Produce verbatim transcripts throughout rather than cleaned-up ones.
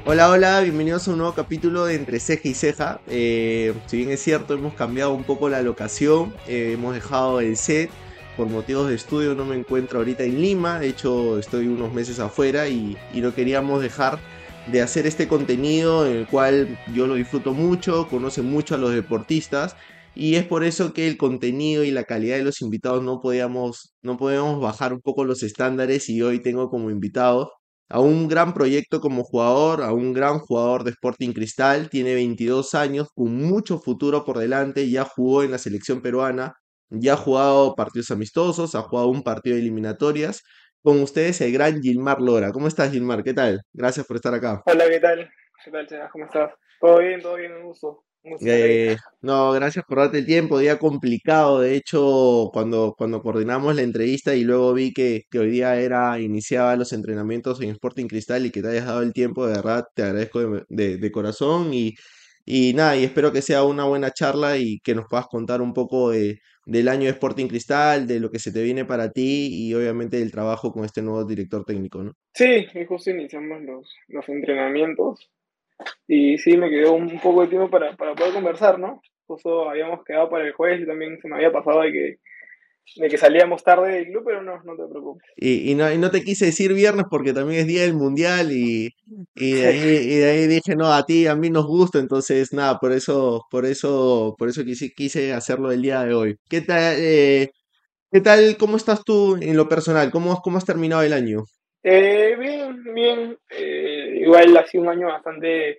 Hola, hola, bienvenidos a un nuevo capítulo de Entre Ceja y Ceja. Eh, si bien es cierto, hemos cambiado un poco la locación, eh, hemos dejado el set por motivos de estudio, no me encuentro ahorita en Lima, de hecho estoy unos meses afuera y, y no queríamos dejar de hacer este contenido en el cual yo lo disfruto mucho, conoce mucho a los deportistas y es por eso que el contenido y la calidad de los invitados no podíamos, no podíamos bajar un poco los estándares y hoy tengo como invitado a un gran proyecto como jugador, a un gran jugador de Sporting Cristal, tiene veintidós años, con mucho futuro por delante, ya jugó en la selección peruana, ya ha jugado partidos amistosos, ha jugado un partido de eliminatorias. Con ustedes el gran Gilmar Lora. ¿Cómo estás, Gilmar? ¿Qué tal? Gracias por estar acá. Hola, ¿qué tal? ¿Qué tal, Sebas? ¿Cómo estás? Todo bien, todo bien, un gusto. Un gusto estar aquí. Eh, no, gracias por darte el tiempo, día complicado, de hecho, cuando, cuando coordinamos la entrevista y luego vi que, que hoy día era, iniciaba los entrenamientos en Sporting Cristal y que te hayas dado el tiempo, de verdad, te agradezco de, de- de corazón y, y nada, y espero que sea una buena charla y que nos puedas contar un poco de, del año de Sporting Cristal, de lo que se te viene para ti y obviamente del trabajo con este nuevo director técnico, ¿no? Sí, y justo iniciamos los, los entrenamientos y sí, me quedó un poco de tiempo para, para poder conversar, ¿no? Justo habíamos quedado para el jueves y también se me había pasado de que, de que salíamos tarde del club, pero no, no te preocupes. Y, y no, y no te quise decir viernes porque también es día del mundial y, y de Sí, ahí, y de ahí dije, no, a ti, a mí nos gusta, entonces nada, por eso, por eso, por eso quise, quise hacerlo el día de hoy. ¿Qué tal, eh, qué tal, cómo estás tú en lo personal? ¿Cómo, cómo has terminado el año? eh, bien, bien. Eh, igual ha sido un año bastante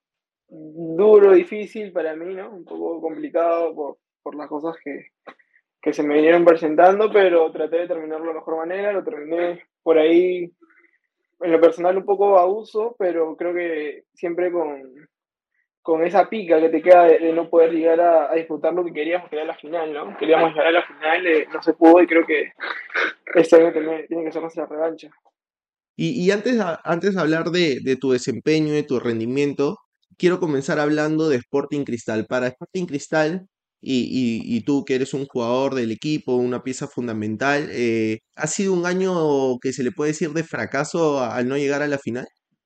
duro, difícil para mí, ¿no? Un poco complicado por, por las cosas que, que se me vinieron presentando, pero traté de terminarlo de la mejor manera, lo terminé por ahí, en lo personal un poco a uso, pero creo que siempre con, con esa pica que te queda de, de no poder llegar a, a, disfrutar lo que queríamos, que era la final, ¿no? Queríamos llegar a la final, eh, no se pudo y creo que este año tiene, tiene que ser nuestra revancha. Y, y antes, a- antes de hablar de, de tu desempeño, de tu rendimiento, quiero comenzar hablando de Sporting Cristal. Para Sporting Cristal, y, y- y tú que eres un jugador del equipo, una pieza fundamental, eh, ¿ha sido un año que se le puede decir de fracaso a- al no llegar a la final?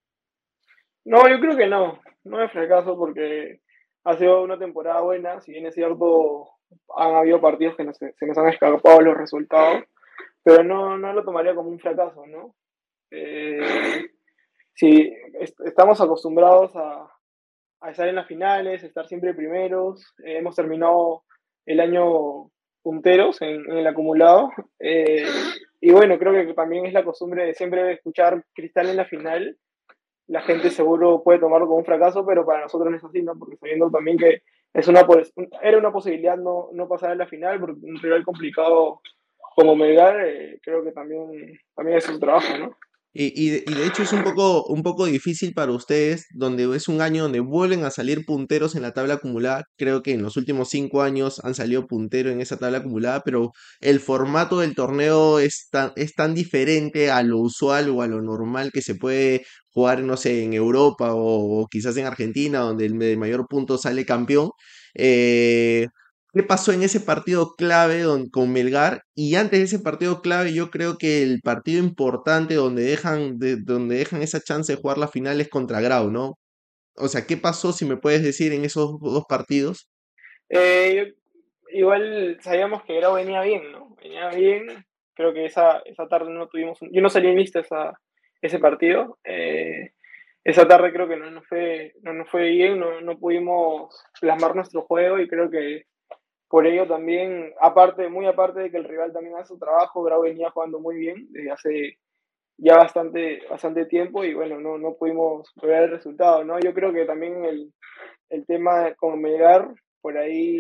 No, yo creo que no, no es fracaso porque ha sido una temporada buena, si bien es cierto, han habido partidos que no se, se nos han escapado los resultados, pero no, no lo tomaría como un fracaso, ¿no? Eh, sí, est- estamos acostumbrados a, a estar en las finales, estar siempre primeros. Eh, hemos terminado el año punteros en, en el acumulado. Eh, y bueno, creo que también es la costumbre de siempre escuchar Cristal en la final. La gente seguro puede tomarlo como un fracaso, pero para nosotros no es así, ¿no? Porque sabiendo también que es una, pos- era una posibilidad no, no pasar en la final, porque un rival complicado como Melgar, eh, creo que también, también es su trabajo, ¿no? Y, y de y de hecho es un poco, un poco difícil para ustedes, donde es un año donde vuelven a salir punteros en la tabla acumulada. Creo que en los últimos cinco años han salido puntero en esa tabla acumulada, pero el formato del torneo es tan, es tan diferente a lo usual o a lo normal que se puede jugar, no sé, en Europa o, o quizás en Argentina, donde el de mayor punto sale campeón. Eh, ¿Qué pasó en ese partido clave don- con Melgar? Y antes de ese partido clave, yo creo que el partido importante donde dejan, de- donde dejan esa chance de jugar la final es contra Grau, ¿no? O sea, ¿qué pasó, si me puedes decir, en esos dos partidos? Eh, igual sabíamos que Grau venía bien, ¿no? Venía bien. Creo que esa, esa tarde no tuvimos. un- Yo no salí en lista esa, ese partido. Eh, esa tarde creo que no nos fue, no nos fue bien, no, no pudimos plasmar nuestro juego y creo que por ello también, aparte, muy aparte de que el rival también hace su trabajo, Grau venía jugando muy bien desde hace ya bastante, bastante tiempo y bueno, no, no pudimos lograr el resultado, ¿no? Yo creo que también el, el tema con Melgar, por ahí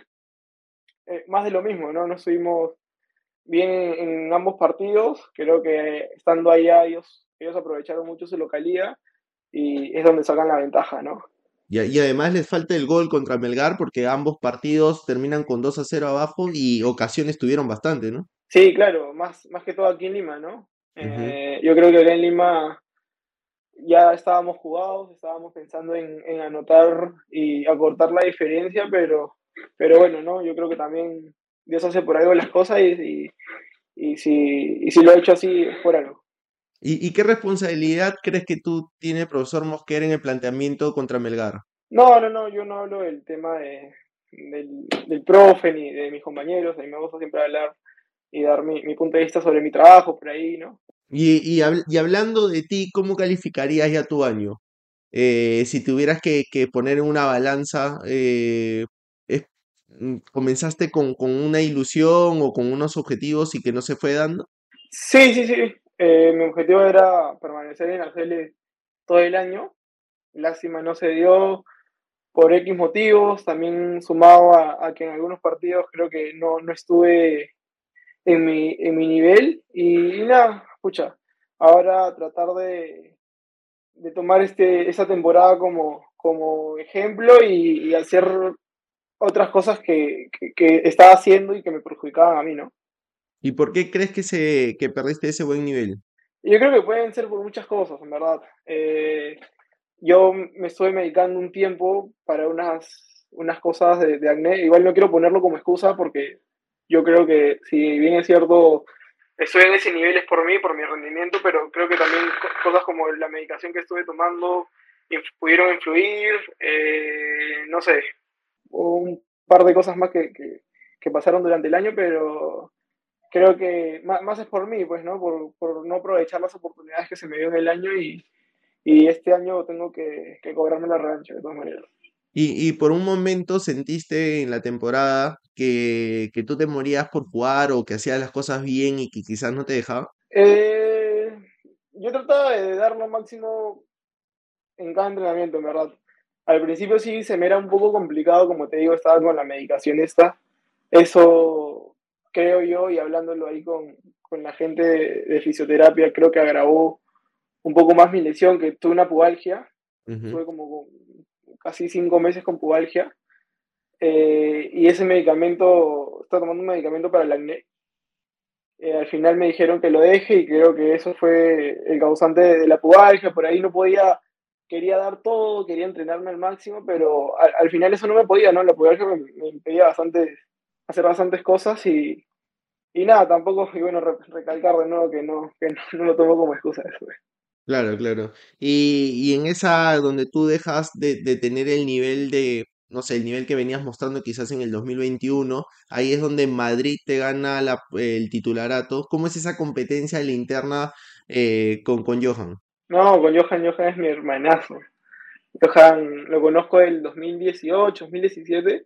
eh, más de lo mismo, ¿no? No estuvimos bien en, en ambos partidos. Creo que estando allá ellos, ellos aprovecharon mucho su localía y es donde sacan la ventaja, ¿no? Y, a- y además les falta el gol contra Melgar porque ambos partidos terminan con dos a cero abajo y ocasiones tuvieron bastante, ¿no? Sí, claro, más, más que todo aquí en Lima, ¿no? Ujú. Eh, yo creo que acá en Lima ya estábamos jugados, estábamos pensando en, en anotar y acortar la diferencia, pero, pero bueno, ¿no? Yo creo que también Dios hace por algo las cosas y, y, y si, y si lo ha hecho así es por algo. ¿Y, y qué responsabilidad crees que tú tiene el profesor Mosquera en el planteamiento contra Melgar? No, no, no, yo no hablo del tema de, del, del profe ni de mis compañeros, a mí me gusta siempre hablar y dar mi, mi punto de vista sobre mi trabajo por ahí, ¿no? Y, y, habl- y hablando de ti, ¿cómo calificarías ya tu año? Eh, si tuvieras que, que poner en una balanza, eh, es- mm, ¿comenzaste con, con una ilusión o con unos objetivos y que no se fue dando? Sí, sí, sí. Eh, mi objetivo era permanecer en la C L todo el año. Lástima no se dio por X motivos, también sumado a, a que en algunos partidos creo que no, no estuve en mi, en mi nivel. Y, y nada, escucha, ahora tratar de, de tomar este, esta temporada como, como ejemplo y, y hacer otras cosas que, que, que estaba haciendo y que me perjudicaban a mí, ¿no? ¿Y por qué crees que, se, que perdiste ese buen nivel? Y yo creo que pueden ser por muchas cosas, en verdad. Eh, yo me estuve medicando un tiempo para unas, unas cosas de, de acné. Igual no quiero ponerlo como excusa porque yo creo que si bien es cierto, estoy en ese nivel es por mí, por mi rendimiento, pero creo que también co- cosas como la medicación que estuve tomando inf- pudieron influir, eh, no sé, un par de cosas más que, que, que pasaron durante el año, pero creo que más, más es por mí, pues, ¿no? Por, por no aprovechar las oportunidades que se me dio en el año y, y este año tengo que, que cobrarme la revancha, de todas maneras. Y, y por un momento sentiste en la temporada que, que tú te morías por jugar o que hacías las cosas bien y que quizás no te dejaba. Eh, yo trataba de dar lo máximo en cada entrenamiento, en verdad. Al principio sí se me era un poco complicado, como te digo, estaba con la medicación esta. Eso creo yo, y hablándolo ahí con, con la gente de, de fisioterapia, creo que agravó un poco más mi lesión, que tuve una pubalgia. Ujú. Tuve como con- casi cinco meses con pubalgia. Eh, y ese medicamento, estaba tomando un medicamento para el acné. Eh, al final me dijeron que lo deje y creo que eso fue el causante de, de la pubalgia. Por ahí no podía, quería dar todo, quería entrenarme al máximo, pero al, al final eso no me podía, ¿no? La pubalgia me, me impedía bastante, hacer bastantes cosas y, y nada, tampoco, y bueno, re- recalcar de nuevo que no, que no, no lo tomo como excusa eso. Claro, claro. Y, y en esa donde tú dejas de, de tener el nivel de, no sé, el nivel que venías mostrando quizás en el dos mil veintiuno, ahí es donde Madrid te gana la- el titularato. ¿Cómo es esa competencia en la interna eh, con, con Johan? No, con Johan, Johan es mi hermanazo. Johan lo conozco del dos mil dieciocho, dos mil diecisiete.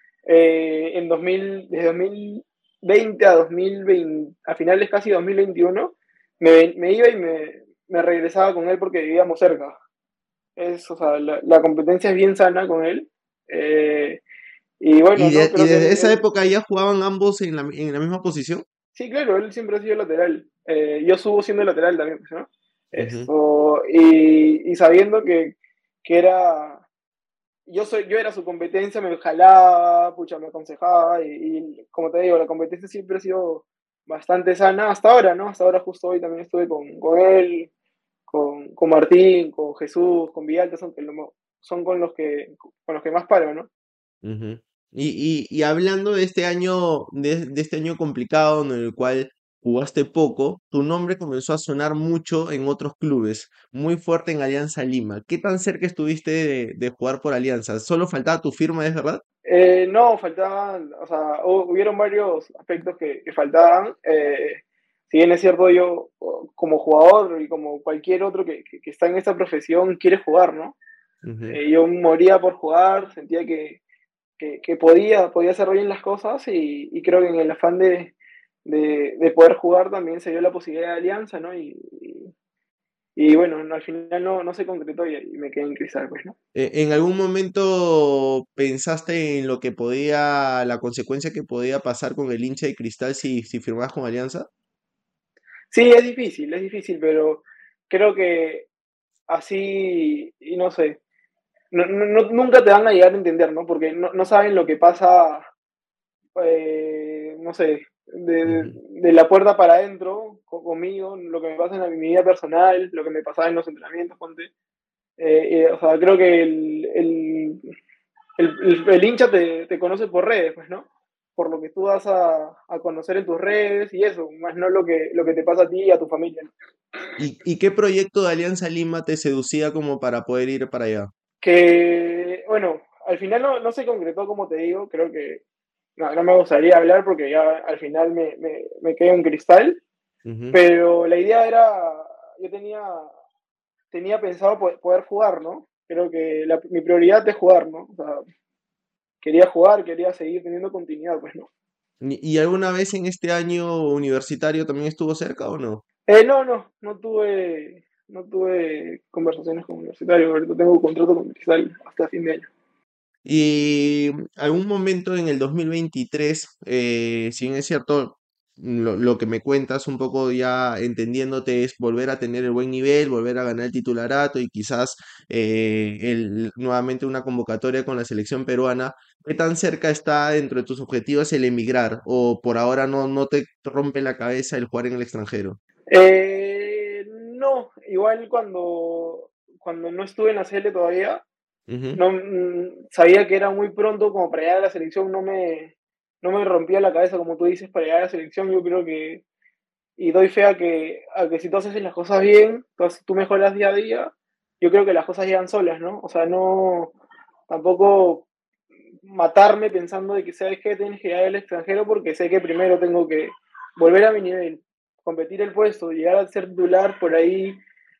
Eh, en dos mil, desde dos mil veinte a dos mil veinte, a finales casi dos mil veintiuno, me, me iba y me, me regresaba con él porque vivíamos cerca. Es, o sea, la, la competencia es bien sana con él. Eh, y bueno, ¿Y, no, de- y creo que desde él, esa él- época ya jugaban ambos en la, en la misma posición? sí, claro, él siempre ha sido lateral. Eh, yo subo siendo lateral también, pues, ¿no? Ujú. Esto, y, y sabiendo que, que era yo soy, yo era su competencia, me jalaba, pucha, me aconsejaba y, y, como te digo, la competencia siempre ha sido bastante sana hasta ahora, ¿no? Hasta ahora justo hoy también estuve con, con él, con, con Martín, con Jesús, con Villalta, son, que lo- son con los que con los que más paro, ¿no? Ujú. Y, y, y hablando de este año, de, de este año complicado en el cual jugaste poco, tu nombre comenzó a sonar mucho en otros clubes, muy fuerte en Alianza Lima. ¿Qué tan cerca estuviste de, de jugar por Alianza? ¿Solo faltaba tu firma, es verdad? Eh, no, faltaban, o sea, hu- hubieron varios aspectos que, que faltaban. Eh, si bien es cierto, yo o- como jugador y como cualquier otro que, que, que está en esta profesión quiere jugar, ¿no? Ujú, Eh, yo moría por jugar, sentía que, que, que podía, podía hacer bien las cosas y, y creo que en el afán de, de, de poder jugar también se dio la posibilidad de alianza, ¿no? Y, y, y bueno, no, al final no, no se concretó y, y me quedé en Cristal, pues, ¿no? Eh, ¿En algún momento pensaste en lo que podía, la consecuencia que podía pasar con el hincha de Cristal si, si firmabas con Alianza? Sí, es difícil, es difícil, pero creo que así, y no sé, no, no- no- nunca te van a llegar a entender, ¿no? Porque no, no saben lo que pasa, eh, no sé, de, Ujú, de la puerta para adentro co- conmigo, lo que me pasa en mi vida personal, lo que me pasaba en los entrenamientos, ponte. Eh, eh, o sea, creo que el, el, el, el- el hincha te, te conoce por redes, pues, ¿no? por lo que tú vas a, a conocer en tus redes y eso, más no lo que, lo que te pasa a ti y a tu familia, ¿no? ¿Y, y qué proyecto de Alianza Lima te seducía como para poder ir para allá? Que, bueno, al final no, no se concretó como te digo, creo que no, no me gustaría hablar porque ya al final me, me, me quedé en Cristal, Ujú. pero la idea era, yo tenía, tenía pensado po- poder jugar, ¿no? Creo que la- mi prioridad es jugar, ¿no? O sea, quería jugar, quería seguir teniendo continuidad, pues no. ¿Y y alguna vez en este año universitario también estuvo cerca o no? Eh, no, no, no tuve, no tuve conversaciones con universitarios, ahorita tengo un contrato con Cristal hasta fin de año. Y algún momento en el dos mil veintitrés, eh, si bien es cierto, lo, lo que me cuentas un poco ya entendiéndote es volver a tener el buen nivel, volver a ganar el titularato y quizás eh, el, nuevamente una convocatoria con la selección peruana. ¿Qué tan cerca está dentro de tus objetivos el emigrar? ¿O por ahora no, no te rompe la cabeza el jugar en el extranjero? Eh, no, igual cuando, cuando no estuve en la C L todavía, Ujú. no, mm, sabía que era muy pronto como para llegar a la selección, no me, no me rompía la cabeza, como tú dices, para llegar a la selección. Yo creo que, y doy fe a que, a que si tú haces las cosas bien, tú, haces- tú mejoras día a día, yo creo que las cosas llegan solas, ¿no? O sea, no, tampoco matarme pensando de que, ¿sabes qué? Tienes que llegar al extranjero porque sé que primero tengo que volver a mi nivel, competir el puesto, llegar a ser titular por ahí,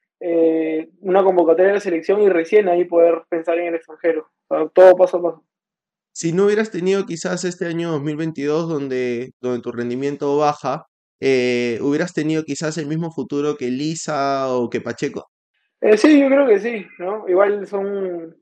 eh, una convocatoria de la selección y recién ahí poder pensar en el extranjero. O sea, todo paso a paso. Si no hubieras tenido quizás este año dos mil veintidós donde, donde tu rendimiento baja, eh, hubieras tenido quizás el mismo futuro que Lisa o que Pacheco. Eh, sí, yo creo que sí, ¿no? Igual son,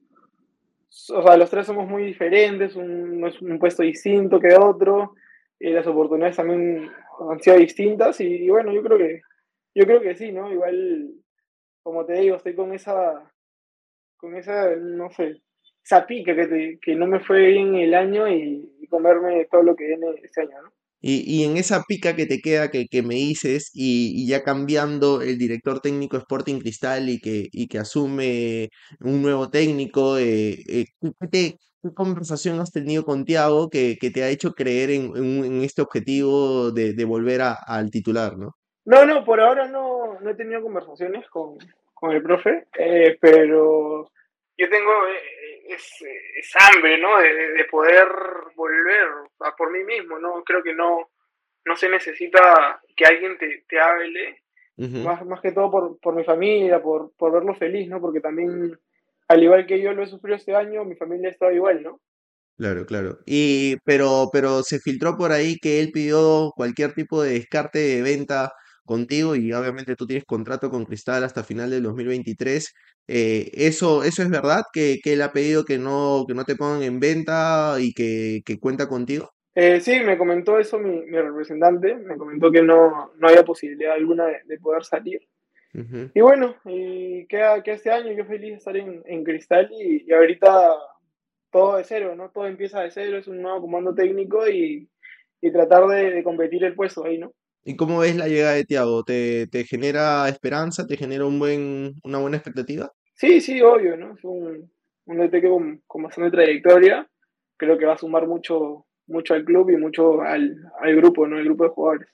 o sea, los tres somos muy diferentes, un, no es un puesto distinto que otro, y las oportunidades también han sido distintas, y, y bueno, yo creo que, yo creo que sí, ¿no? Igual, como te digo, estoy con esa, con esa, no sé, esa pica que, te- que no me fue bien el año y, y comerme todo lo que viene este año, ¿no? Y, y en esa pica que te queda que, que me dices, y, y ya cambiando el director técnico Sporting Cristal y que, y que asume un nuevo técnico, eh, eh, ¿qué, qué te- qué conversación has tenido con Thiago que, que te ha hecho creer en, en un- en este objetivo de, de volver a- al titular, ¿no? No, no, por ahora no, no he tenido conversaciones con, con el profe, eh, pero yo tengo eh, es, es hambre, ¿no? De, de poder volver a por mí mismo, ¿no? Creo que no, no se necesita que alguien te, te hable, Ujú. más, más que todo por, por mi familia, por, por verlo feliz, ¿no? Porque también, al igual que yo lo he sufrido este año, mi familia ha estado igual, ¿no? Claro, claro. Y, pero, pero se filtró por ahí que él pidió cualquier tipo de descarte de venta contigo y obviamente tú tienes contrato con Cristal hasta final del dos mil veintitrés. Eh, ¿eso, eso es verdad? ¿Que, que él ha pedido que no, que no te pongan en venta y que, que cuenta contigo? Eh, sí, me comentó eso mi, mi representante, me comentó que no, no había posibilidad alguna de, de poder salir. Ujú. Y bueno, y queda, queda este año, yo feliz de estar en, en Cristal y, y ahorita todo de cero, ¿no? Todo empieza de cero, es un nuevo comando técnico y, y tratar de, de competir el puesto ahí, ¿no? ¿Y cómo ves la llegada de Thiago? ¿Te, te genera esperanza? ¿Te genera un buen, una buena expectativa? Sí, sí, obvio, ¿no? Es un, un D T que con, con bastante trayectoria, creo que va a sumar mucho, mucho al club y mucho al, al grupo, ¿no? El grupo de jugadores.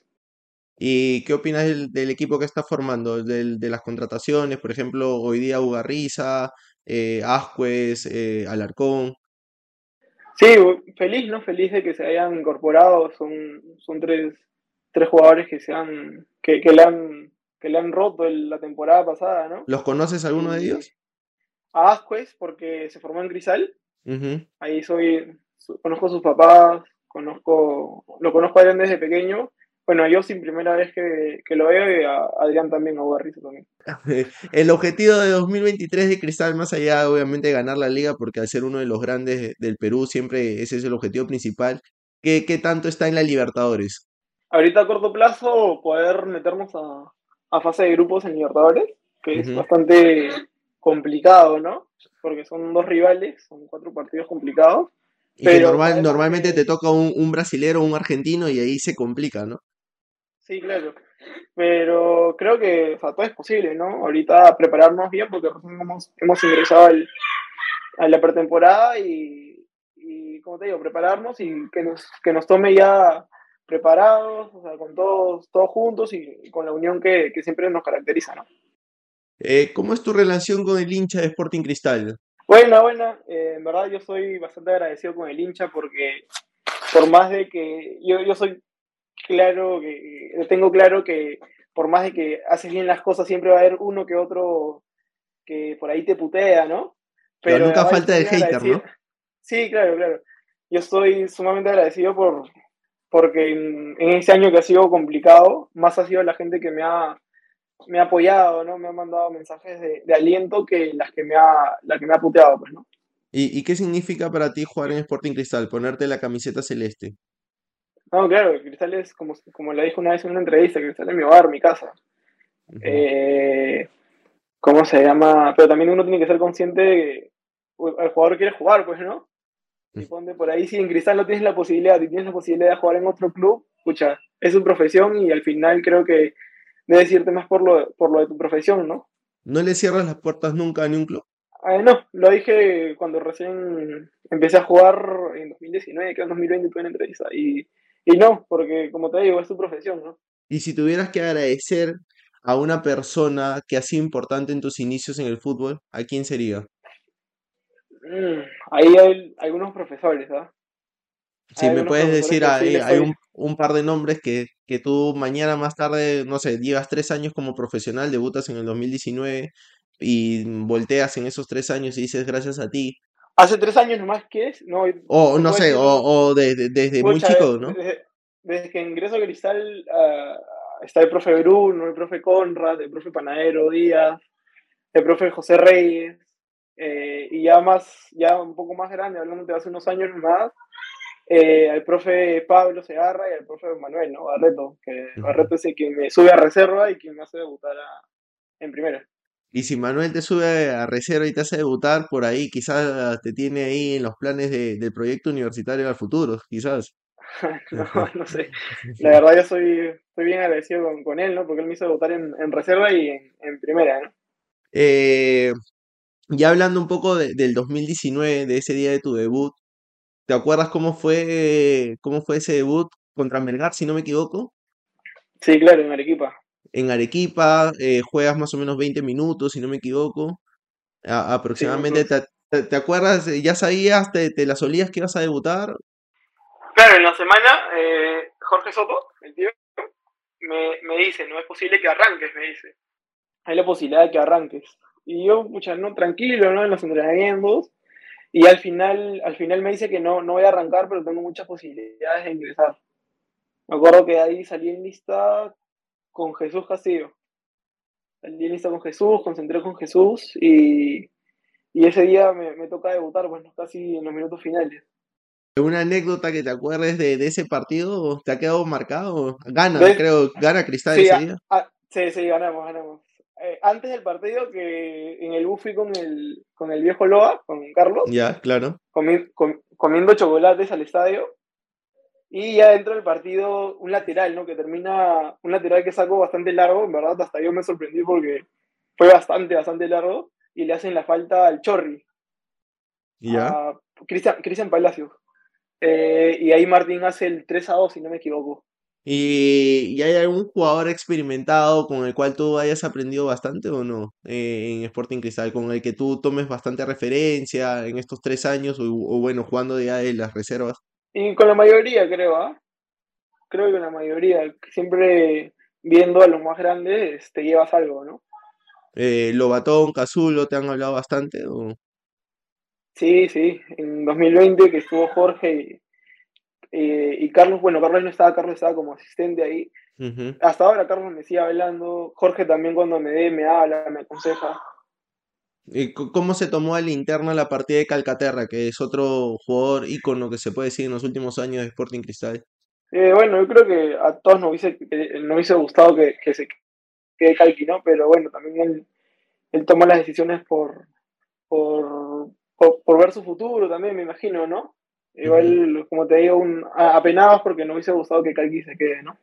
¿Y qué opinas del, del equipo que está formando? Del- de las contrataciones, por ejemplo, hoy día Ugarriza, eh, Ascuez, eh, Alarcón. Sí, feliz, ¿no? Feliz de que se hayan incorporado, son, son tres, tres jugadores que se han, que, que le han, que le han roto el- la temporada pasada, ¿no? ¿Los conoces alguno de Y ellos? a Asquez, porque se formó en Crisal, Ujú. ahí soy, su- conozco a sus papás, conozco, lo conozco a Adrián desde pequeño. Bueno, yo sin primera vez que, que lo veo y a Adrián también, a Ugarrizo también. El objetivo de dos mil veintitrés de Cristal, más allá obviamente de ganar la liga, porque al ser uno de los grandes de- del Perú, siempre ese es el objetivo principal. ¿Qué, qué tanto está en la Libertadores? Ahorita a corto plazo poder meternos a, a fase de grupos en Libertadores, que es Ujú. bastante complicado, ¿no? Porque son dos rivales, son cuatro partidos complicados, Y que pero normal, sabemos normalmente te que toca un, un brasilero o un argentino y ahí se complica, ¿no? sí, claro. Pero creo que, o sea, todo es posible, ¿no? Ahorita prepararnos bien porque recién hemos, hemos ingresado al, a la pretemporada y, y y, como te digo, prepararnos y que nos, que nos tome ya preparados, o sea, con todos, todos juntos y, y con la unión que, que siempre nos caracteriza, ¿no? Eh, ¿cómo es tu relación con el hincha de Sporting Cristal? Buena, buena. Eh, en verdad yo soy bastante agradecido con el hincha porque por más de que yo, yo soy claro, que yo tengo claro que por más de que haces bien las cosas siempre va a haber uno que otro que por ahí te putea, ¿no? Claro, Pero de nunca verdad yo falta estoy el bien hater, agradecido. ¿no? Sí, claro, claro. Yo estoy sumamente agradecido por, porque en, en ese año que ha sido complicado, más ha sido la gente que me ha, me ha apoyado, ¿no? Me ha mandado mensajes de, de aliento que las que me ha, la que me ha puteado, pues, ¿no? ¿Y, y qué significa para ti jugar en Sporting Cristal? Ponerte la camiseta celeste. No, claro, Cristal es, como, como le dije una vez en una entrevista, Cristal es mi hogar, mi casa. Ujú. Eh, ¿Cómo se llama? Pero también uno tiene que ser consciente de que el jugador quiere jugar, pues, ¿no? Y ponte por ahí, si en Cristal no tienes la posibilidad y tienes la posibilidad de jugar en otro club, escucha, es su profesión y al final creo que debes irte más por lo, por lo de tu profesión, ¿no? ¿No le cierras las puertas nunca a ni un club? Eh, no, lo dije cuando recién empecé a jugar en dos mil diecinueve, que en dos mil veinte tuve una entrevista. Y, y no, porque como te digo, es tu profesión, ¿no? Y si tuvieras que agradecer a una persona que ha sido importante en tus inicios en el fútbol, ¿a quién sería? Mm, ahí hay algunos profesores, ¿ah? Hay Si me algunos puedes profesores decir, que sí hay, les hay soy. un, un par de nombres que, que tú mañana más tarde, no sé, llevas tres años como profesional, debutas en el dos mil diecinueve y volteas en esos tres años y dices gracias a ti. Hace tres años nomás que es, no, O te no puedo sé, decir, o, o de- de- desde muy pucha, chico, ¿no? desde, desde que ingreso a Cristal ah, está el profe Bruno, el profe Conrad, el profe Panadero Díaz, el profe José Reyes, eh, y ya más, ya un poco más grande, hablando de hace unos años más, eh, al profe Pablo Segarra y al profe Manuel, ¿no? Barreto, que Ujú. Barreto es el que me sube a reserva y quien me hace debutar a- en primera. Y si Manuel te sube a reserva y te hace debutar, por ahí quizás te tiene ahí en los planes de- del proyecto universitario al futuro, quizás. No, no sé. La verdad yo soy, estoy bien agradecido con, con él, ¿no? Porque él me hizo debutar en, en reserva y en, en primera, ¿no? Eh, ya hablando un poco de- del dos mil diecinueve, de ese día de tu debut, ¿te acuerdas cómo fue, cómo fue ese debut contra Melgar, si no me equivoco? Sí, claro, en Arequipa. En Arequipa, eh, juegas más o menos veinte minutos, si no me equivoco, a- Sí, más o aproximadamente. menos. ¿Te, te- te acuerdas? eh, ¿Ya sabías, te, te la solías que ibas a debutar? Claro, en la semana, eh, Jorge Soto, el tío, me, me dice, no es posible que arranques, me dice. Hay la posibilidad de que arranques. Y yo, pucha, no, tranquilo, ¿no? En los entrenamientos. Y al final, al final me dice que no, no voy a arrancar, pero tengo muchas posibilidades de ingresar. Me acuerdo que ahí salí en lista con Jesús Castillo. Salí en lista con Jesús, concentré con Jesús y, y ese día me, me toca debutar, bueno, casi en los minutos finales. ¿Una anécdota que te acuerdes de, de ese partido? ¿Te ha quedado marcado? Gana, ¿Ves? creo, gana Cristal Sí, ese a- día. a- sí, sí, ganamos, ganamos. Eh, antes del partido, que en el bus fui con el, con el viejo Loa, con Carlos, Ya, claro. comi- com- comiendo chocolates al estadio. Y ya dentro del partido, un lateral, ¿no? Que termina, un lateral que sacó bastante largo, en verdad, hasta yo me sorprendí porque fue bastante, bastante largo. Y le hacen la falta al Chorri, Ya. a Cristian, Cristian Palacios. Eh, y ahí Martín hace el tres a dos si no me equivoco. ¿Y, y hay algún jugador experimentado con el cual tú hayas aprendido bastante o no eh, en Sporting Cristal, con el que tú tomes bastante referencia en estos tres años o, o bueno, jugando ya en las reservas? Y con la mayoría, creo, ¿ah? Creo que con la mayoría, siempre viendo a los más grandes, te llevas algo, ¿no? Eh, Lobatón, Cazulo, ¿te han hablado bastante? O... Sí, sí, en dos mil veinte que estuvo Jorge y, eh, y Carlos, bueno, Carlos no estaba, Carlos estaba como asistente ahí. Ujú. Hasta ahora Carlos me sigue hablando, Jorge también cuando me ve me habla, me aconseja. ¿Y c- cómo se tomó a la interna la partida de Calcaterra, que es otro jugador ícono que se puede decir en los últimos años de Sporting Cristal? Eh, bueno, yo creo que a todos nos hubiese, eh, nos hubiese gustado que, que se quede Calqui, ¿no? Pero bueno, también él, él toma las decisiones por, por, por, por ver su futuro también, me imagino, ¿no? Ujú. Igual, como te digo, un, a- apenados porque nos hubiese gustado que Calqui se quede, ¿no?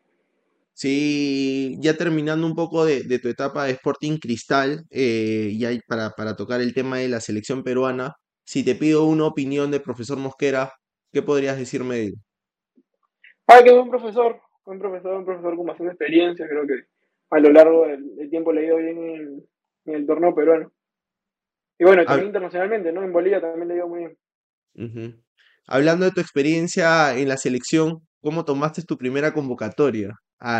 Sí, ya terminando un poco de, de tu etapa de Sporting Cristal, eh, ya para, para tocar el tema de la selección peruana, si te pido una opinión del profesor Mosquera, ¿Qué podrías decirme de él? Ah, que es un profesor, un profesor, un profesor con bastante experiencia, creo que a lo largo del, del tiempo le ha ido bien en, en el torneo peruano. Y bueno, Ah, también internacionalmente, ¿no? En Bolivia también le ha ido muy bien. ujú. Hablando de tu experiencia en la selección, ¿cómo tomaste tu primera convocatoria?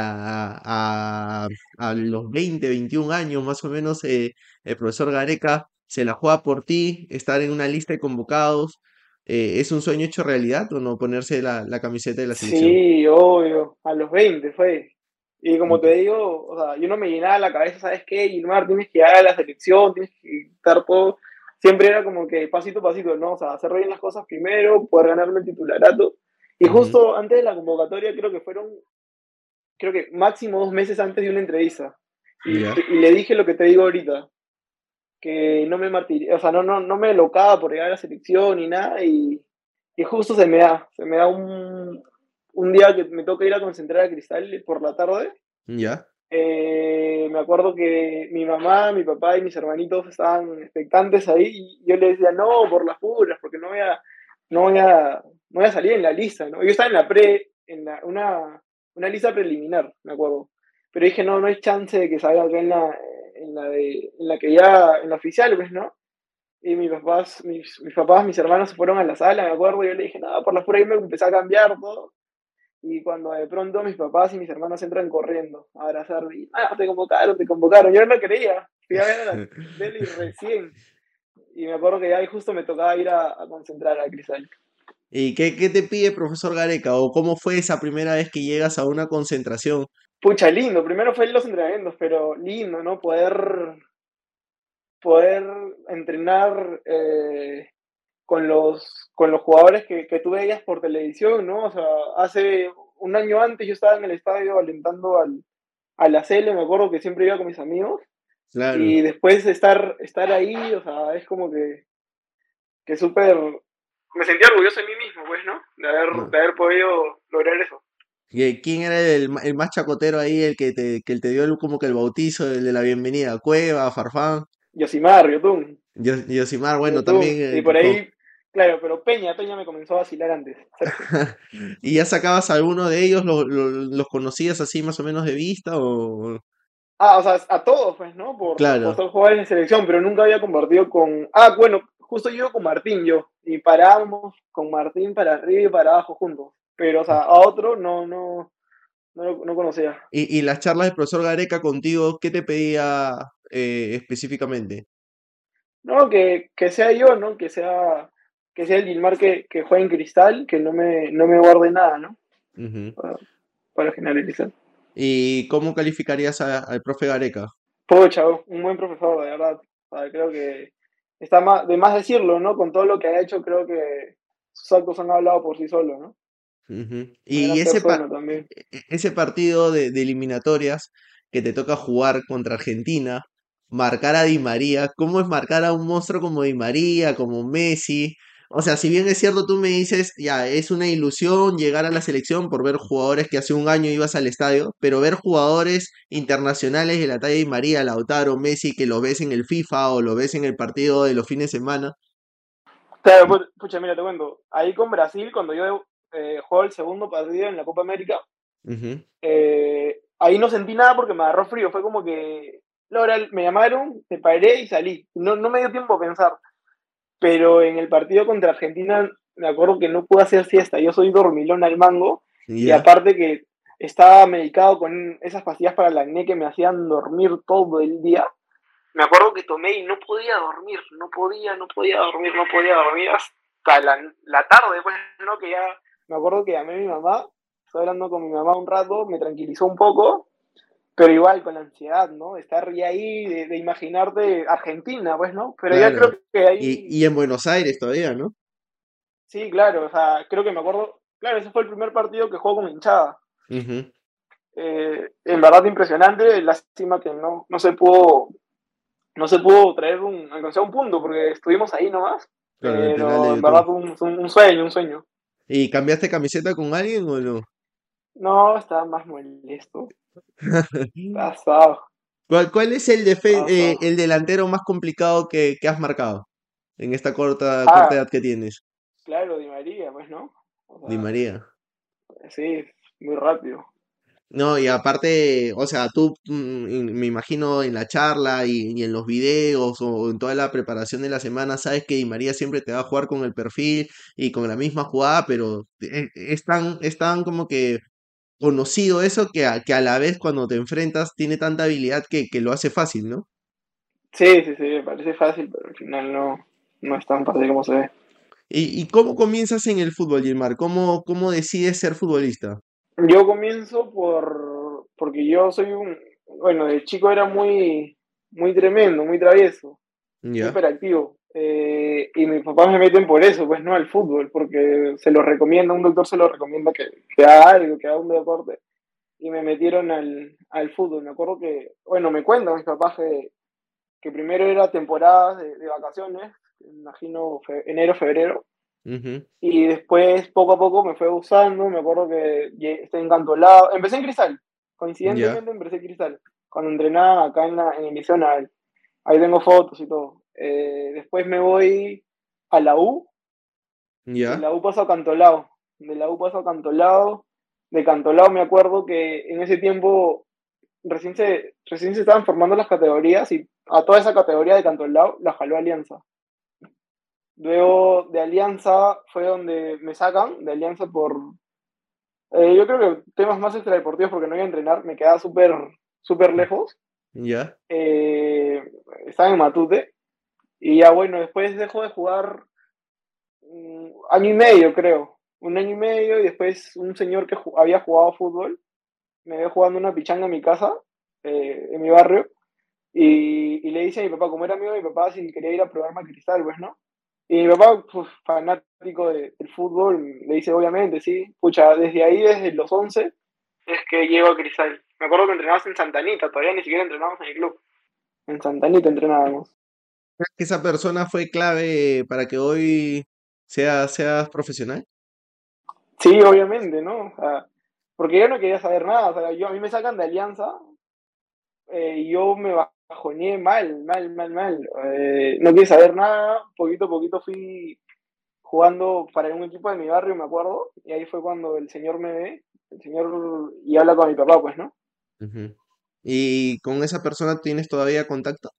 A, a- a los veinte, veintiún años más o menos, eh, el profesor Gareca se la juega por ti, estar en una lista de convocados. Eh, ¿es un sueño hecho realidad o no ponerse la, la camiseta de la selección? Sí, obvio, a los veinte fue. Y como te Ujú, digo, o sea, yo no me llenaba la cabeza, ¿sabes qué? Gilmar, tienes que llegar a la selección, tienes que estar todo. Siempre era como que pasito a pasito, ¿no? O sea, hacer bien las cosas primero, poder ganarme el titularato. Y ujú, justo antes de la convocatoria, creo que fueron, creo que máximo dos meses antes de una entrevista. Y, ya, y le dije lo que te digo ahorita, que no me martiría, o sea, no, no, no me locaba por llegar a la selección ni nada. Y, y justo se me da, se me da un, un día que me toca ir a concentrar a Cristal por la tarde. ya, Eh, me acuerdo que mi mamá, mi papá y mis hermanitos estaban expectantes ahí y yo les decía, no, por las puras, porque no voy a, no voy a, no voy a salir en la lista, ¿no? Yo estaba en la pre, en la, una, una lista preliminar, me acuerdo. Pero dije, no, no hay chance de que salga acá en la, en la de, en la que ya, en la oficial, pues, ¿no? Y mis papás, mis, mis papás, mis hermanos se fueron a la sala, me acuerdo, y yo le dije, nada, por las puras, y me empecé a cambiar todo. Y cuando de pronto mis papás y mis hermanos entran corriendo a abrazarme, y, ah, te convocaron, te convocaron. Yo no creía, fui a ver a la tele y recién. Y me acuerdo que ya ahí justo me tocaba ir a, a concentrar a Cristal. ¿Y qué, qué te pide profesor Gareca? ¿O cómo fue esa primera vez que llegas a una concentración? Pucha, lindo. Primero fue los entrenamientos, pero lindo, ¿no? Poder, poder entrenar eh, con, los, con los jugadores que, que tú veías por televisión, ¿no? O sea, hace un año antes yo estaba en el estadio alentando al, a la Cele, me acuerdo que siempre iba con mis amigos. Claro. Y después de estar, estar ahí, o sea, es como que, que súper... Me sentía orgulloso de mí mismo, pues, ¿no? De haber, No. de haber podido lograr eso. ¿Y ¿Quién era el, ma- el más chacotero ahí, el que te, que te dio el- como que el bautizo, el de la bienvenida? Cueva, Farfán, Yosimar, Yotun, Yo- Yosimar, bueno, también. Yotun. Y eh, por co- ahí, claro, pero Peña, Peña me comenzó a vacilar antes, Sergio. ¿Y ya sacabas alguno de ellos? ¿Lo- lo- ¿Los conocías así más o menos de vista? O... Ah, o sea, a todos, pues, ¿no? Por, por Claro, ser jugadores de selección, pero nunca había compartido con... Ah, bueno, justo yo con Martín, yo. Y parábamos con Martín para arriba y para abajo juntos. Pero, o sea, a otro no, no, no, lo- no conocía. y, y las charlas del profesor Gareca contigo, ¿qué te pedía eh, específicamente? No, que, que sea yo, ¿no? Que sea, que sea el Gilmar que, que juegue en Cristal, que no me, no me guarde nada, ¿no? Ujú. Para, para generalizar. ¿Y cómo calificarías a- al profe Gareca? Pocha, un buen profesor, de verdad. O sea, creo que está más, de más decirlo, ¿no? Con todo lo que ha hecho, creo que sus actos han hablado por sí solos, ¿no? Ujú. Una Y gran ese, pa- persona también. e- e- ese partido de, de eliminatorias que te toca jugar contra Argentina, marcar a Di María, ¿cómo es marcar a un monstruo como Di María, como Messi? O sea, si bien es cierto, tú me dices, ya, es una ilusión llegar a la selección por ver jugadores que hace un año ibas al estadio, pero ver jugadores internacionales de la talla de Di María, Lautaro, Messi, que lo ves en el FIFA o lo ves en el partido de los fines de semana. Claro, pu- pucha, mira, te cuento. Ahí con Brasil, cuando yo eh, juego el segundo partido en la Copa América, Ujú, eh, ahí no sentí nada porque me agarró frío. Fue como que, Laura, me llamaron, me paré y salí. No, no me dio tiempo a pensar. Pero en el partido contra Argentina, me acuerdo que no pude hacer siesta. Yo soy dormilón al mango. Y ya, aparte que estaba medicado con esas pastillas para el acné que me hacían dormir todo el día. Me acuerdo que tomé y no podía dormir. No podía, no podía dormir, no podía dormir hasta la, la tarde, pues, ¿no? Que ya, me acuerdo que llamé a mi mamá. Estoy hablando con mi mamá un rato, me tranquilizó un poco, pero igual con la ansiedad, ¿no? Estar ya ahí, de, de imaginarte Argentina, pues, ¿no? Pero ya claro. creo que Y, ahí, y en Buenos Aires todavía, ¿no? sí, claro, o sea, creo que me acuerdo, claro, ese fue el primer partido que jugó con hinchada. Ujú. Eh, en verdad impresionante, lástima que no, no se pudo, no se pudo traer un, alcanzar un punto, porque estuvimos ahí nomás, Claro, el penal de pero en YouTube. verdad un, un, un sueño, un sueño. ¿Y cambiaste camiseta con alguien o no? No, estaba más molesto, pasado, ¿Cuál, cuál es el, defe- eh, pasado. el delantero más complicado que, que has marcado en esta corta, corta Ah, edad que tienes? claro, Di María, pues, ¿no? O Di sea, María. sí, muy rápido. No, y aparte, o sea, tú mm, in- me imagino en la charla y, y en los videos o en toda la preparación de la semana, sabes que Di María siempre te va a jugar con el perfil y con la misma jugada, pero e- es tan, es tan como que conocido eso que a, que a la vez cuando te enfrentas tiene tanta habilidad que, que lo hace fácil, ¿no? Sí, sí, sí, me parece fácil, pero al final no, no es tan fácil como se ve. ¿Y, y cómo comienzas en el fútbol, Gilmar? ¿Cómo, cómo decides ser futbolista? Yo comienzo por, porque yo soy un, bueno, de chico era muy, muy tremendo, muy travieso, muy ¿Ya? hiperactivo. Eh, y mis papás me meten por eso, pues no al fútbol, porque se lo recomienda, un doctor se lo recomienda que, que haga algo, que haga un deporte. Y me metieron al, al fútbol. Me acuerdo que, bueno, me cuentan mis papás que, que primero era temporadas de, de vacaciones, me imagino fe- enero, febrero, Ujú. y después poco a poco me fue gustando. Me acuerdo que lle- estoy encantolado. Empecé en Cristal, ¿Ya? coincidentemente empecé en Cristal, cuando entrenaba acá en, la, en el Liceo Naval. Ahí tengo fotos y todo. Eh, después me voy a la U, de ¿Ya? la U paso a Cantolao, de la U paso a Cantolao, de Cantolao me acuerdo que en ese tiempo recién se, recién se estaban formando las categorías y a toda esa categoría de Cantolao la jaló Alianza. Luego de Alianza fue donde me sacan, de Alianza por, eh, yo creo que temas más extradeportivos porque no iba a entrenar, me quedaba súper súper lejos. ¿Ya? Eh, Estaba en Matute y ya bueno, después dejó de jugar un año y medio creo, un año y medio y después un señor que ju- había jugado fútbol me ve jugando una pichanga en mi casa, eh, en mi barrio. Y, y le dice a mi papá, como era amigo de mi papá, si quería ir a probarme a Cristal, pues, ¿no? Y mi papá, pues, fanático de- del fútbol, le dice, obviamente, sí. Pucha, desde ahí, desde los once es que llego a Cristal. Me acuerdo que entrenabas en Santanita, todavía ni siquiera entrenábamos en el club. En Santanita entrenábamos. ¿Crees que esa persona fue clave para que hoy sea, seas profesional? Sí, obviamente, ¿no? O sea, porque yo no quería saber nada. O sea, yo, a mí me sacan de Alianza eh, y yo me bajoneé mal, mal, mal, mal. Eh, no quería saber nada. Poquito a poquito fui jugando para un equipo de mi barrio, me acuerdo, y ahí fue cuando el señor me ve, el señor, y habla con mi papá, pues, ¿no? Ujú. ¿Y con esa persona tienes todavía contacto?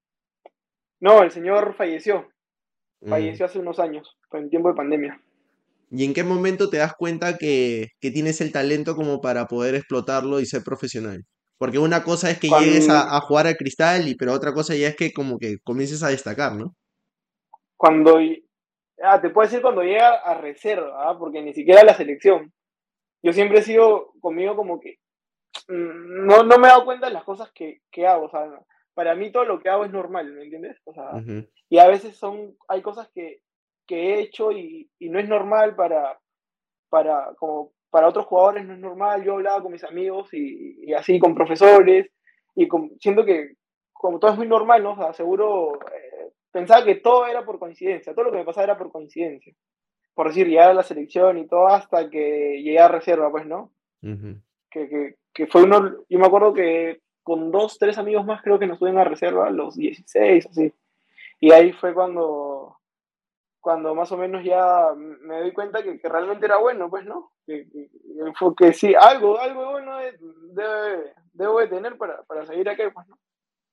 No, el señor falleció, Mm. falleció hace unos años, fue en tiempo de pandemia. ¿Y en qué momento te das cuenta que, que tienes el talento como para poder explotarlo y ser profesional? Porque una cosa es que llegues a, Cuando, a jugar al cristal, y, pero otra cosa ya es que como que comiences a destacar, ¿no? cuando, ah, te puedo decir cuando llega a reserva, ¿ah? Porque ni siquiera a la selección. Yo siempre he sido conmigo como que mm, no, no me he dado cuenta de las cosas que, que hago, o sea, para mí todo lo que hago es normal, ¿me entiendes? O sea, Ujú, y a veces son, hay cosas que, que he hecho y, y no es normal para, para, como para otros jugadores no es normal. Yo hablaba con mis amigos y, y así con profesores y con, siento que como todo es muy normal, ¿no? O sea, seguro eh, pensaba que todo era por coincidencia, todo lo que me pasaba era por coincidencia. Por decir, llegar a la selección y todo hasta que llegué a reserva, pues, ¿no? ujú. Que, que, que fue uno, yo me acuerdo que con dos, tres amigos más creo que nos suben a reserva, a los dieciséis así. Y ahí fue cuando, cuando más o menos ya me doy cuenta que, que realmente era bueno, pues, ¿no? Que, que, que- que sí, algo, algo bueno de- debe, debo de tener para, para seguir aquí, pues, ¿no?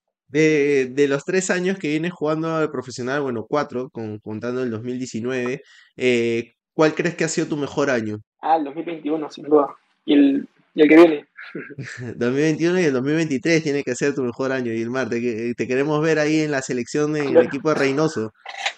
De, de los tres años que vienes jugando al profesional, bueno, cuatro, con, contando el dos mil diecinueve, eh, ¿cuál crees que ha sido tu mejor año? Ah, el dos mil veintiuno sin duda. Y el, y el que viene. dos mil veintiuno y el dos mil veintitrés tiene que ser tu mejor año, Gilmar. Te, que- te queremos ver ahí en la selección, en el equipo de Reynoso.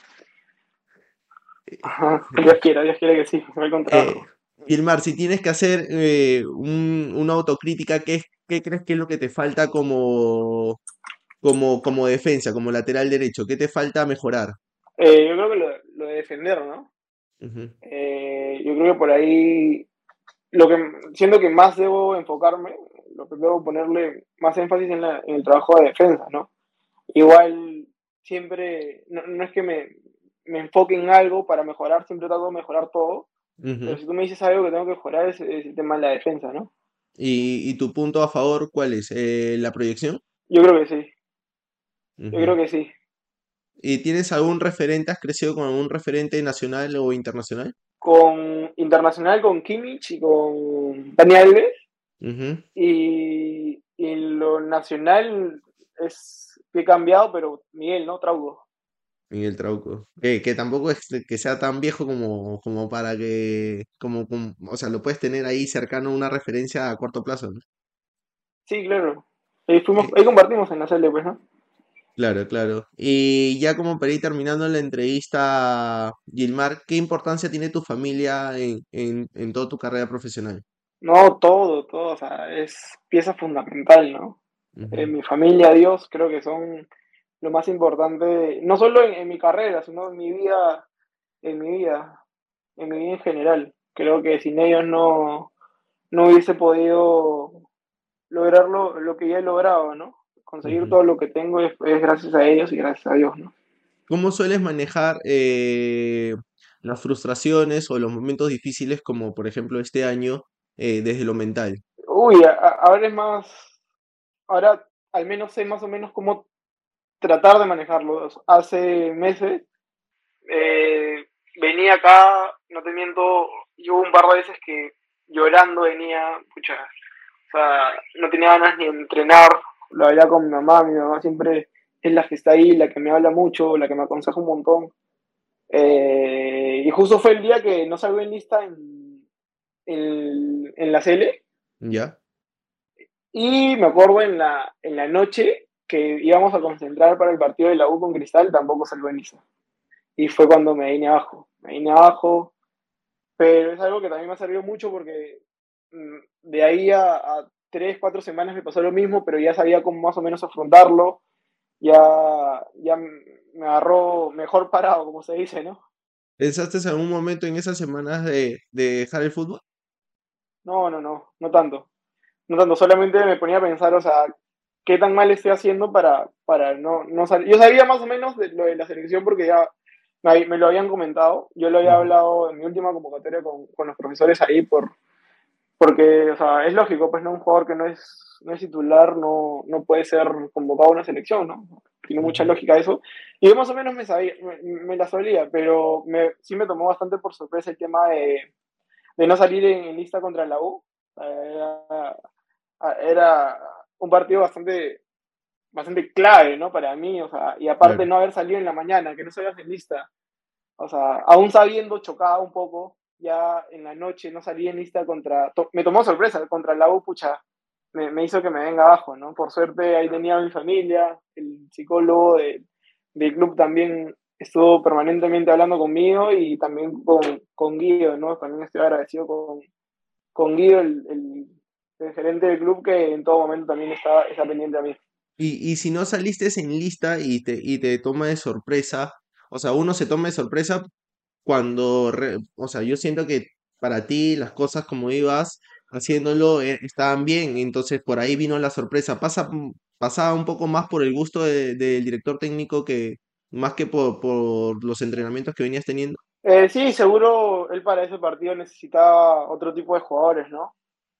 Ajá, Dios quiera, Dios quiera que sí, me va a encontrar. Eh, Gilmar, si tienes que hacer eh, un- una autocrítica, ¿qué, es- qué crees que es lo que te falta como, como, como defensa, como lateral derecho? ¿Qué te falta mejorar? Eh, yo creo que lo, lo de defender, ¿no? Ujú, Eh, yo creo que por ahí lo que siento que más debo enfocarme, lo que debo ponerle más énfasis en, la- en el trabajo de defensa, ¿no? Igual siempre, no, no es que me, me enfoque en algo para mejorar, siempre trato de mejorar todo, pero ujú. si tú me dices algo que tengo que mejorar es, es el tema de la defensa, ¿no? ¿Y, y tu punto a favor cuál es? Eh, ¿la proyección? Yo creo que sí, yo creo Ujú. que sí. ¿Y tienes algún referente? ¿Has crecido con algún referente nacional o internacional? con Internacional, con Kimmich y con Dani Alves. Ujú. Y, y lo nacional es que he cambiado, pero Miguel, ¿no? Trauco. Miguel Trauco. Que, que tampoco es que sea tan viejo como, como para que, como, como- o sea, lo puedes tener ahí cercano a una referencia a corto plazo, ¿no? Sí, claro. Ahí, fuimos, Eh, ahí compartimos en la Cele, pues, ¿no? claro, claro. Y ya como para ir terminando la entrevista, Gilmar, ¿qué importancia tiene tu familia en, en, en toda tu carrera profesional? No, todo, todo, o sea, es pieza fundamental, ¿no? Eh, Ujú, mi familia, Dios, creo que son lo más importante, no solo en, en mi carrera, sino en mi vida, en mi vida, en mi vida en general. Creo que sin ellos no, no hubiese podido lograr lo, lo que ya he logrado, ¿no? Conseguir ujú. todo lo que tengo es, es gracias a ellos y gracias a Dios, ¿no? ¿Cómo sueles manejar eh, las frustraciones o los momentos difíciles como por ejemplo este año eh, desde lo mental? Uy, a- a- ahora es más, ahora al menos sé más o menos cómo tratar de manejarlo. Hace meses eh, venía acá, no te miento, y hubo un par de veces que llorando venía, pucha, o sea, no tenía ganas ni de entrenar, lo hablaba con mi mamá, mi mamá siempre es la que está ahí, la que me habla mucho, la que me aconseja un montón. Eh, y justo fue el día que no salgo en lista en, en, en la Cele. ¿Ya? Y me acuerdo en la, en la noche que íbamos a concentrar para el partido de la U con Cristal, tampoco salgo en lista. Y fue cuando me vine abajo. Me vine abajo, pero es algo que también me ha servido mucho porque mm, de ahí a, a tres, cuatro semanas me pasó lo mismo, pero ya sabía cómo más o menos afrontarlo. Ya, ya me agarró mejor parado, como se dice, ¿no? ¿Pensaste en algún momento en esas semanas de, de dejar el fútbol? No, no, no, no tanto. No tanto, solamente me ponía a pensar, o sea, qué tan mal estoy haciendo para, para no, no salir. Yo sabía más o menos de lo de la selección porque ya me, me lo habían comentado. Yo lo había Ujú, hablado en mi última convocatoria con, con los profesores ahí, por, porque, o sea, es lógico, pues no un jugador que no es, no es titular no, no puede ser convocado a una selección, ¿no? Tiene mucha ujú. lógica eso. Y yo más o menos me, sabía, me, me la solía, pero me, sí me tomó bastante por sorpresa el tema de, de no salir en, en lista contra la U. Era, era un partido bastante, bastante clave, ¿no? Para mí, o sea, y aparte Claro. no haber salido en la mañana, que no salgas en lista, o sea, aún sabiendo, chocaba un poco, ya en la noche no salí en lista contra, to- me tomó sorpresa, contra la U, pucha, me, me hizo que me venga abajo, ¿no? Por suerte ahí tenía a mi familia, el psicólogo de- del club también estuvo permanentemente hablando conmigo y también con, con Guido, ¿no? También estoy agradecido con, con Guido, el, el, el gerente del club, que en todo momento también está, está pendiente a mí. Y, y si no saliste en lista y te, y te toma de sorpresa, o sea, uno se toma de sorpresa cuando, re- o sea, yo siento que para ti las cosas como ibas haciéndolo eh, estaban bien, entonces por ahí vino la sorpresa. Pasa, mm, pasaba un poco más por el gusto de- del director técnico que más que por, por los entrenamientos que venías teniendo. Eh, sí, seguro él para ese partido necesitaba otro tipo de jugadores, ¿no?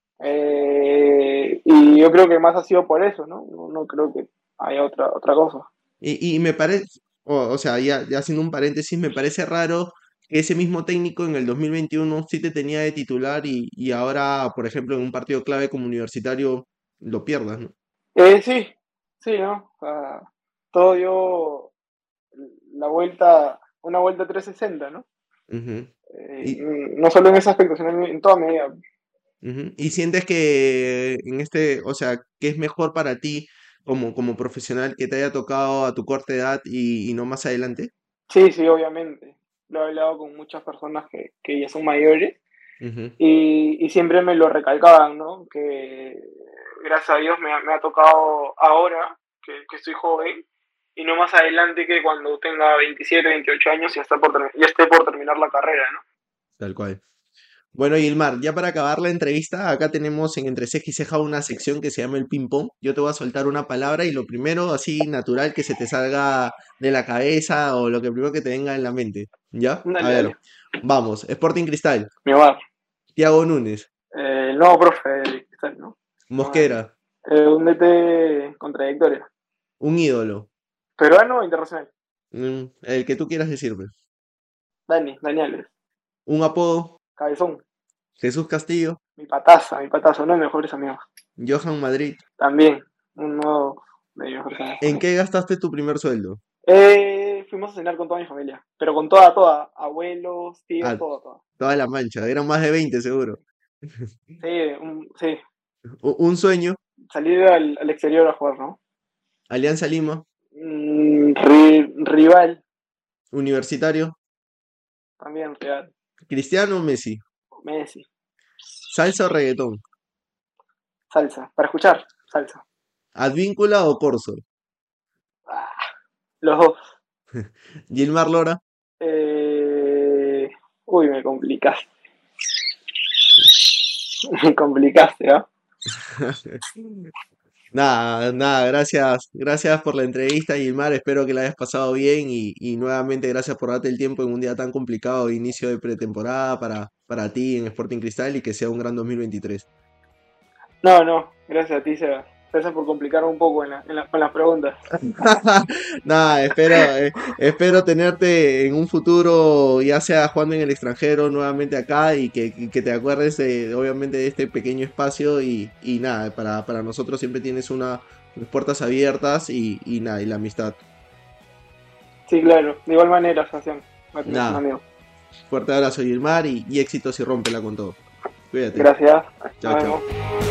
Eh, y yo creo que más ha sido por eso, ¿no? No, no creo que haya otra, otra cosa. Y, y me parece, o, o sea, ya, ya haciendo un paréntesis, me parece raro que ese mismo técnico en el dos mil veintiuno sí te tenía de titular y, y ahora, por ejemplo, en un partido clave como Universitario lo pierdas, ¿no? Eh, sí, sí, ¿no? O sea, todo dio la vuelta, una vuelta trescientos sesenta, ¿no? Ujú. Eh, Y, no solo en ese aspecto, sino en, en toda medida. ujú. Y sientes que en este, o sea, que es mejor para ti como, como profesional que te haya tocado a tu corta edad y, y no más adelante. Sí, sí, obviamente. Lo he hablado con muchas personas que, que ya son mayores Ujú. y, y siempre me lo recalcaban, ¿no? Que gracias a Dios me, ha- me ha tocado ahora, que, que estoy joven, y no más adelante que cuando tenga veintisiete veintiocho años y ya, está por, termi- ya esté por terminar la carrera, ¿no? Tal cual. Bueno, Gilmar, ya para acabar la entrevista, acá tenemos en Entre Ceja y Ceja una sección que se llama el ping pong. Yo te voy a soltar una palabra y lo primero, así natural, que se te salga de la cabeza o lo que primero que te venga en la mente. ¿Ya? A Dale, ver, dale. vamos. Sporting Cristal, Mi hogar. Thiago Núñez, Eh, el nuevo profe de Cristal, ¿no? No, Mosquera, eh, un D T contradictorio. un ídolo. Peruano o internacional. Mm, el que tú quieras decirme. Dani, Dani Alves. Un apodo, Cabezón, Jesús Castillo, mi pataza, mi pataza, uno de mis mejores amigos. Johan Madrid. También, uno de mis mejores amigos. ¿En qué gastaste tu primer sueldo? Eh, fuimos a cenar con toda mi familia, pero con toda, toda, abuelos, tíos, Ah, todo, todo. toda la mancha, eran más de veinte seguro. Sí, un, sí, U- Un sueño, salir al, al exterior a jugar, ¿no? Alianza Lima, Mm, ri- rival, Universitario, también rival. Cristiano o Messi, Messi, salsa o reggaetón, salsa, para escuchar, salsa. Advíncula o Corso, Ah, los dos. Gilmar Lora. Eh, uy, me complicaste. Me complicaste, ¿ah? Nada, nada, gracias, gracias por la entrevista, Gilmar, espero que la hayas pasado bien y, y nuevamente gracias por darte el tiempo en un día tan complicado de inicio de pretemporada para, para ti en Sporting Cristal y que sea un gran dos mil veintitrés. No, no, gracias a ti, Sebas. Gracias por complicarme un poco en la, en la- con las preguntas. Nada, espero, eh, espero tenerte en un futuro, ya sea jugando en el extranjero, nuevamente acá y que, y que te acuerdes de, obviamente de este pequeño espacio y, y nada, para, para nosotros siempre tienes una, unas puertas abiertas y, y nada, y la amistad. Sí, claro, de igual manera, Sebastián. Martínez, un Nada, amigo. fuerte abrazo Gilmar y, y éxitos y rómpela con todo. Cuídate. Gracias. Chao, Nos chao. vemos.